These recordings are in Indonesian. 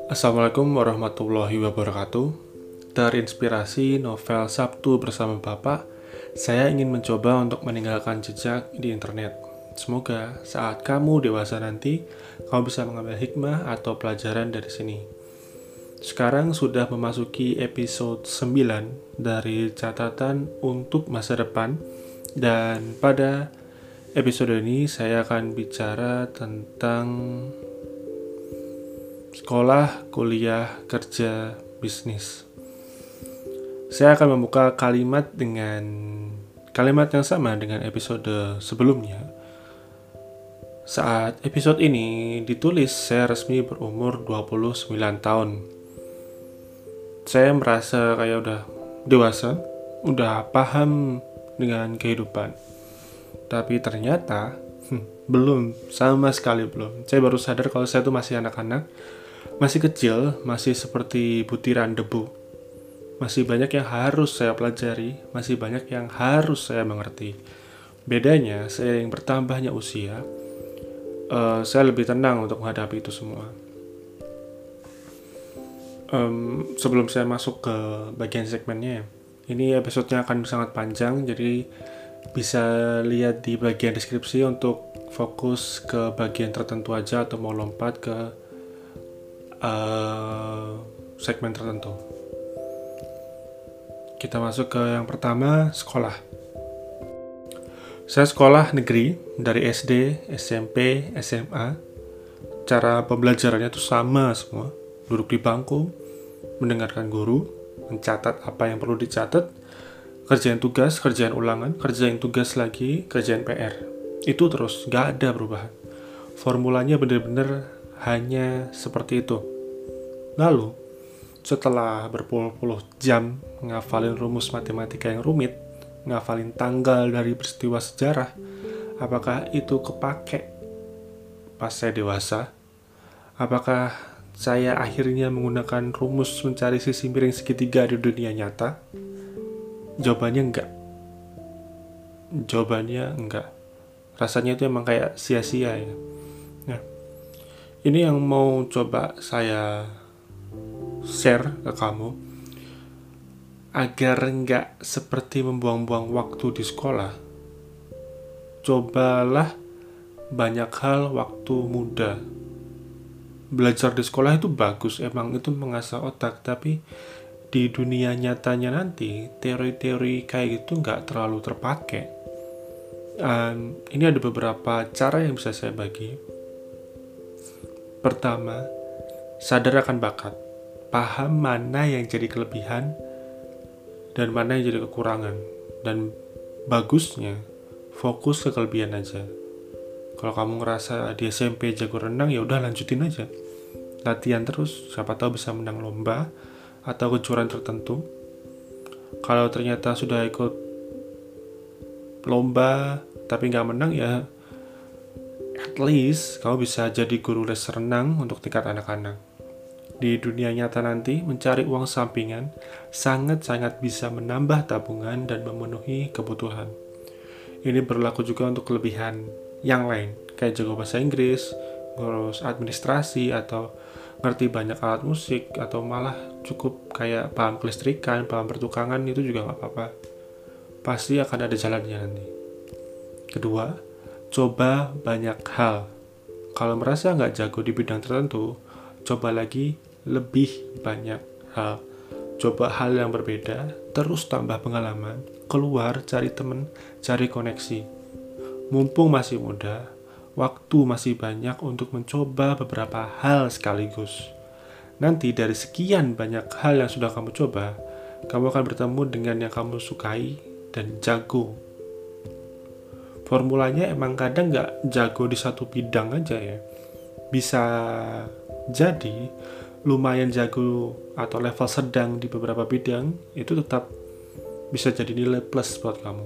Assalamualaikum warahmatullahi wabarakatuh. Terinspirasi novel Sabtu bersama Bapak, saya ingin mencoba untuk meninggalkan jejak di internet. Semoga saat kamu dewasa nanti, kamu bisa mengambil hikmah atau pelajaran dari sini. Sekarang sudah memasuki episode 9 dari catatan untuk masa depan, dan pada episode ini saya akan bicara tentang sekolah, kuliah, kerja, bisnis. Saya akan membuka kalimat yang sama dengan episode sebelumnya. Saat episode ini ditulis, saya resmi berumur 29 tahun. Saya merasa kayak udah dewasa, udah paham dengan kehidupan. Tapi ternyata belum, sama sekali belum. Saya baru sadar kalau saya tuh masih anak-anak, masih kecil, masih seperti butiran debu. Masih banyak yang harus saya pelajari, masih banyak yang harus saya mengerti. Bedanya, seiring bertambahnya usia, saya lebih tenang untuk menghadapi itu semua. Sebelum saya masuk ke bagian segmennya, ini episodenya akan sangat panjang, jadi bisa lihat di bagian deskripsi untuk fokus ke bagian tertentu aja atau mau lompat ke segmen tertentu. Kita masuk ke yang pertama, sekolah. Saya sekolah negeri dari SD, SMP, SMA. Cara pembelajarannya tuh sama semua. Duduk di bangku, mendengarkan guru, mencatat apa yang perlu dicatat, kerjain tugas, kerjain ulangan, kerjain tugas lagi, kerjain PR. Itu terus, gak ada perubahan. Formulanya benar-benar hanya seperti itu. Lalu, setelah berpuluh-puluh jam ngafalin rumus matematika yang rumit, ngafalin tanggal dari peristiwa sejarah, apakah itu kepake pas saya dewasa? Apakah saya akhirnya menggunakan rumus mencari sisi miring segitiga di dunia nyata? Jawabannya enggak. Rasanya itu emang kayak sia-sia ya. Nah, ini yang mau coba saya share ke kamu agar nggak seperti membuang-buang waktu di sekolah. Cobalah banyak hal waktu muda. Belajar di sekolah itu bagus, emang itu mengasah otak, tapi di dunia nyatanya nanti teori-teori kayak gitu nggak terlalu terpakai. Ini ada beberapa cara yang bisa saya bagi. Pertama, sadar akan bakat. Paham mana yang jadi kelebihan dan mana yang jadi kekurangan. Dan bagusnya, fokus ke kelebihan aja. Kalau kamu ngerasa di SMP jago renang, ya udah lanjutin aja. Latihan terus, siapa tahu bisa menang lomba atau kejuaraan tertentu. Kalau ternyata sudah ikut lomba tapi nggak menang, ya at least kamu bisa jadi guru les renang untuk tingkat anak-anak. Di dunia nyata nanti, mencari uang sampingan sangat-sangat bisa menambah tabungan dan memenuhi kebutuhan. Ini berlaku juga untuk kelebihan yang lain, kayak jago bahasa Inggris, ngurus administrasi, atau ngerti banyak alat musik, atau malah cukup kayak paham kelistrikan, paham pertukangan, itu juga gak apa-apa. Pasti akan ada jalannya nanti. Kedua, coba banyak hal. Kalau merasa gak jago di bidang tertentu, coba lagi lebih banyak hal. Coba hal yang berbeda, terus tambah pengalaman, keluar, cari temen, cari koneksi. Mumpung masih muda, waktu masih banyak untuk mencoba beberapa hal sekaligus. Nanti dari sekian banyak hal yang sudah kamu coba, kamu akan bertemu dengan yang kamu sukai dan jago. Formulanya emang kadang gak jago di satu bidang aja ya. Bisa jadi lumayan jago atau level sedang di beberapa bidang, itu tetap bisa jadi nilai plus buat kamu.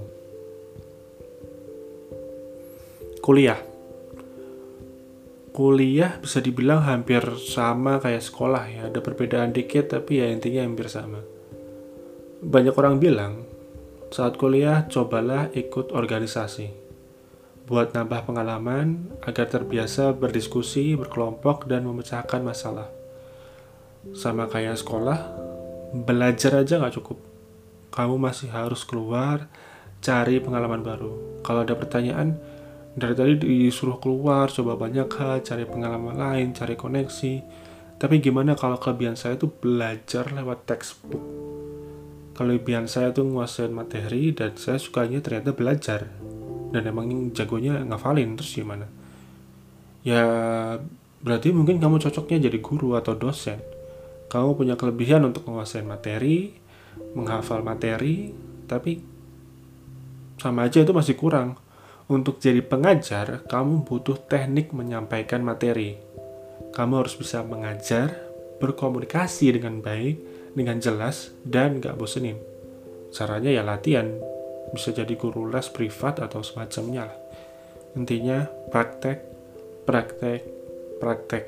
Kuliah bisa dibilang hampir sama kayak sekolah ya, ada perbedaan dikit tapi ya intinya hampir sama. Banyak orang bilang saat kuliah cobalah ikut organisasi buat nambah pengalaman agar terbiasa berdiskusi, berkelompok, dan memecahkan masalah. Sama kayak sekolah, belajar aja nggak cukup. Kamu masih harus keluar, cari pengalaman baru. Kalau ada pertanyaan, dari tadi disuruh keluar, coba banyak hal, cari pengalaman lain, cari koneksi. Tapi gimana kalau kelebihan saya tuh belajar lewat textbook? Kelebihan saya tuh nguasain materi dan saya sukanya ternyata belajar. Dan emang jagonya ngafalin, terus gimana? Ya berarti mungkin kamu cocoknya jadi guru atau dosen. Kamu punya kelebihan untuk menguasai materi, menghafal materi, tapi sama aja itu masih kurang. Untuk jadi pengajar, kamu butuh teknik menyampaikan materi. Kamu harus bisa mengajar, berkomunikasi dengan baik, dengan jelas, dan gak bosenin. Caranya ya latihan. Bisa jadi guru les privat atau semacamnya lah. Intinya praktek, praktek, praktek.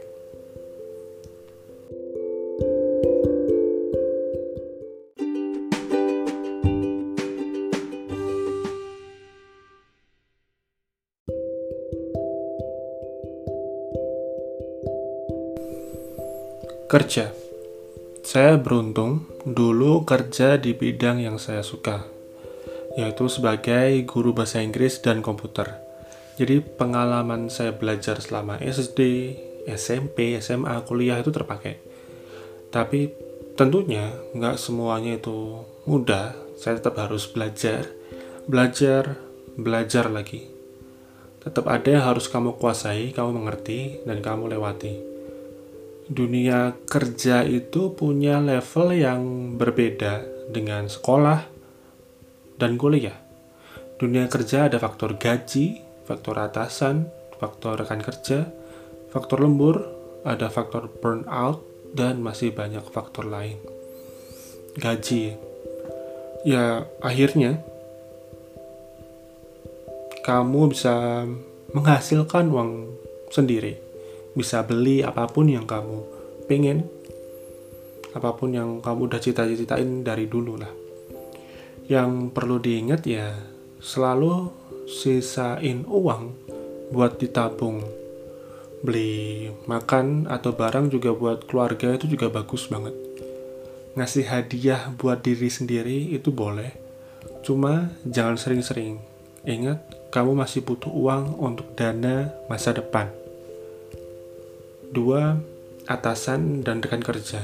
Kerja. Saya beruntung dulu kerja di bidang yang saya suka, yaitu sebagai guru bahasa Inggris dan komputer. Jadi pengalaman saya belajar selama SD, SMP, SMA, kuliah itu terpakai. Tapi tentunya nggak semuanya itu mudah. Saya tetap harus belajar, belajar, belajar lagi. Tetap ada yang harus kamu kuasai, kamu mengerti, dan kamu lewati. Dunia kerja itu punya level yang berbeda dengan sekolah dan kuliah. Dunia kerja ada faktor gaji, faktor atasan, faktor rekan kerja, faktor lembur, ada faktor burnout, dan masih banyak faktor lain. Gaji, ya akhirnya kamu bisa menghasilkan uang sendiri, bisa beli apapun yang kamu pengen, apapun yang kamu udah cita-citain dari dulu lah. Yang perlu diingat ya, selalu sisain uang buat ditabung. Beli makan atau barang juga buat keluarga itu juga bagus banget. Ngasih hadiah buat diri sendiri itu boleh, cuma jangan sering-sering. Ingat, kamu masih butuh uang untuk dana masa depan. 2. Atasan dan rekan kerja.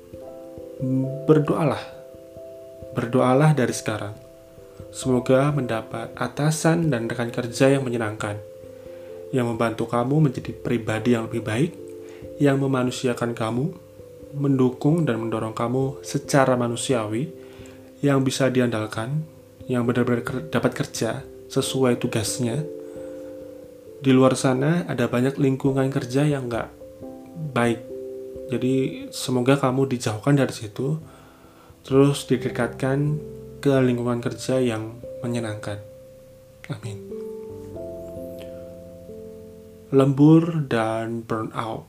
Berdoalah dari sekarang. Semoga mendapat atasan dan rekan kerja yang menyenangkan, yang membantu kamu menjadi pribadi yang lebih baik, yang memanusiakan kamu, mendukung dan mendorong kamu secara manusiawi, yang bisa diandalkan, yang benar-benar dapat kerja sesuai tugasnya. Di luar sana ada banyak lingkungan kerja yang nggak baik. Jadi semoga kamu dijauhkan dari situ, terus didekatkan ke lingkungan kerja yang menyenangkan. Amin. Lembur dan burnout.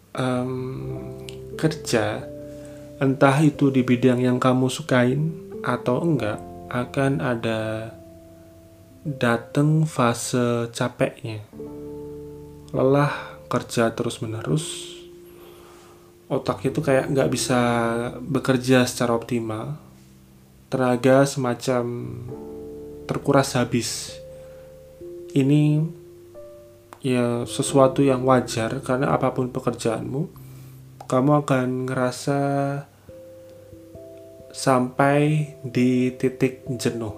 Kerja, entah itu di bidang yang kamu sukain atau enggak, akan ada datang fase capeknya. Lelah kerja terus-menerus, otak itu kayak nggak bisa bekerja secara optimal, tenaga semacam terkuras habis. Ini ya sesuatu yang wajar karena apapun pekerjaanmu, kamu akan ngerasa sampai di titik jenuh.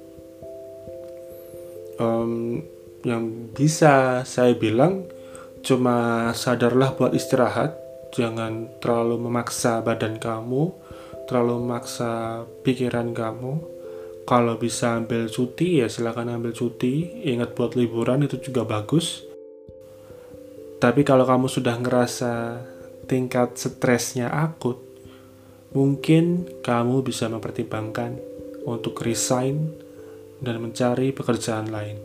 Yang bisa saya bilang cuma sadarlah buat istirahat, jangan terlalu memaksa badan kamu, terlalu memaksa pikiran kamu. Kalau bisa ambil cuti ya silakan ambil cuti, ingat buat liburan itu juga bagus. Tapi kalau kamu sudah ngerasa tingkat stresnya akut, mungkin kamu bisa mempertimbangkan untuk resign dan mencari pekerjaan lain.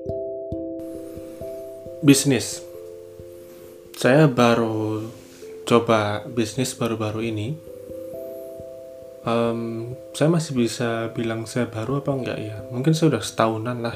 Bisnis. Saya baru coba bisnis baru-baru ini, saya masih bisa bilang saya baru apa enggak ya? Mungkin saya udah setahunan lah.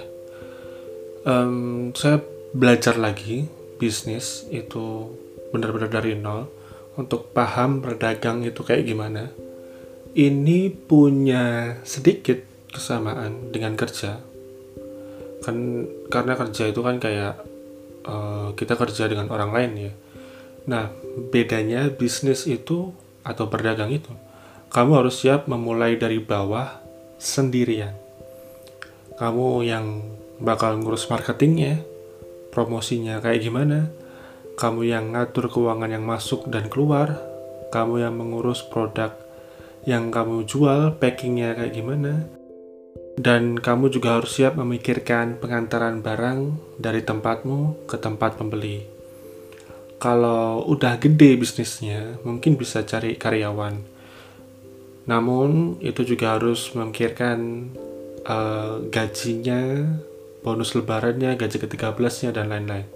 Saya belajar lagi bisnis itu benar-benar dari nol untuk paham berdagang itu kayak gimana. Ini punya sedikit kesamaan dengan kerja, kan karena kerja itu kan kayak kita kerja dengan orang lain ya. Nah, bedanya bisnis itu atau berdagang itu, kamu harus siap memulai dari bawah sendirian. Kamu yang bakal ngurus marketingnya, promosinya kayak gimana, kamu yang ngatur keuangan yang masuk dan keluar, kamu yang mengurus produk yang kamu jual, packingnya kayak gimana, dan kamu juga harus siap memikirkan pengantaran barang dari tempatmu ke tempat pembeli. Kalau udah gede bisnisnya, mungkin bisa cari karyawan. Namun, itu juga harus memikirkan gajinya, bonus lebarannya, gaji ke-13-nya, dan lain-lain.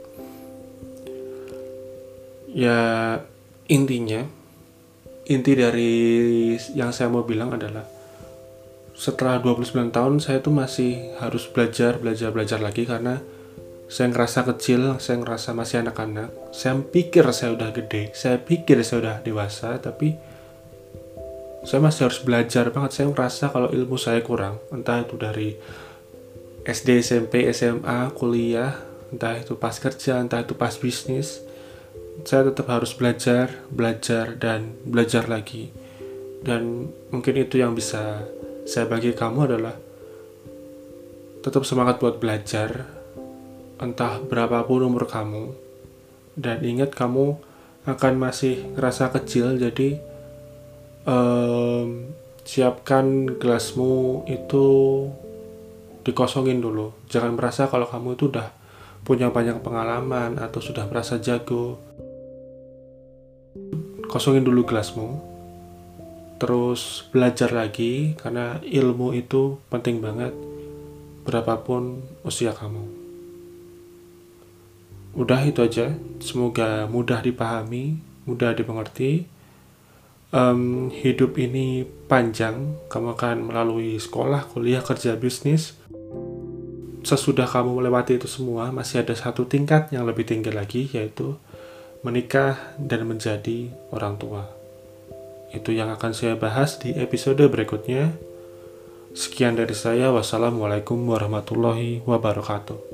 Ya, inti dari yang saya mau bilang adalah setelah 29 tahun saya tuh masih harus belajar lagi karena saya ngerasa kecil, saya ngerasa masih anak-anak. Saya pikir saya udah gede, saya pikir saya udah dewasa, tapi saya masih harus belajar banget. Saya ngerasa kalau ilmu saya kurang, entah itu dari SD, SMP, SMA, kuliah, entah itu pas kerja, entah itu pas bisnis. Saya tetap harus belajar, dan belajar lagi. Dan mungkin itu yang bisa saya bagi kamu adalah tetap semangat buat belajar, entah berapapun umur kamu. Dan ingat kamu akan masih ngerasa kecil, jadi siapkan gelasmu itu dikosongin dulu. Jangan merasa kalau kamu itu udah punya banyak pengalaman atau sudah merasa jago. Kosongin dulu gelasmu, terus belajar lagi, karena ilmu itu penting banget berapapun usia kamu. Udah itu aja, semoga mudah dipahami, mudah dimengerti. Hidup ini panjang, kamu akan melalui sekolah, kuliah, kerja, bisnis. Sesudah kamu melewati itu semua, masih ada satu tingkat yang lebih tinggi lagi, yaitu menikah dan menjadi orang tua. Itu yang akan saya bahas di episode berikutnya. Sekian dari saya. Wassalamualaikum warahmatullahi wabarakatuh.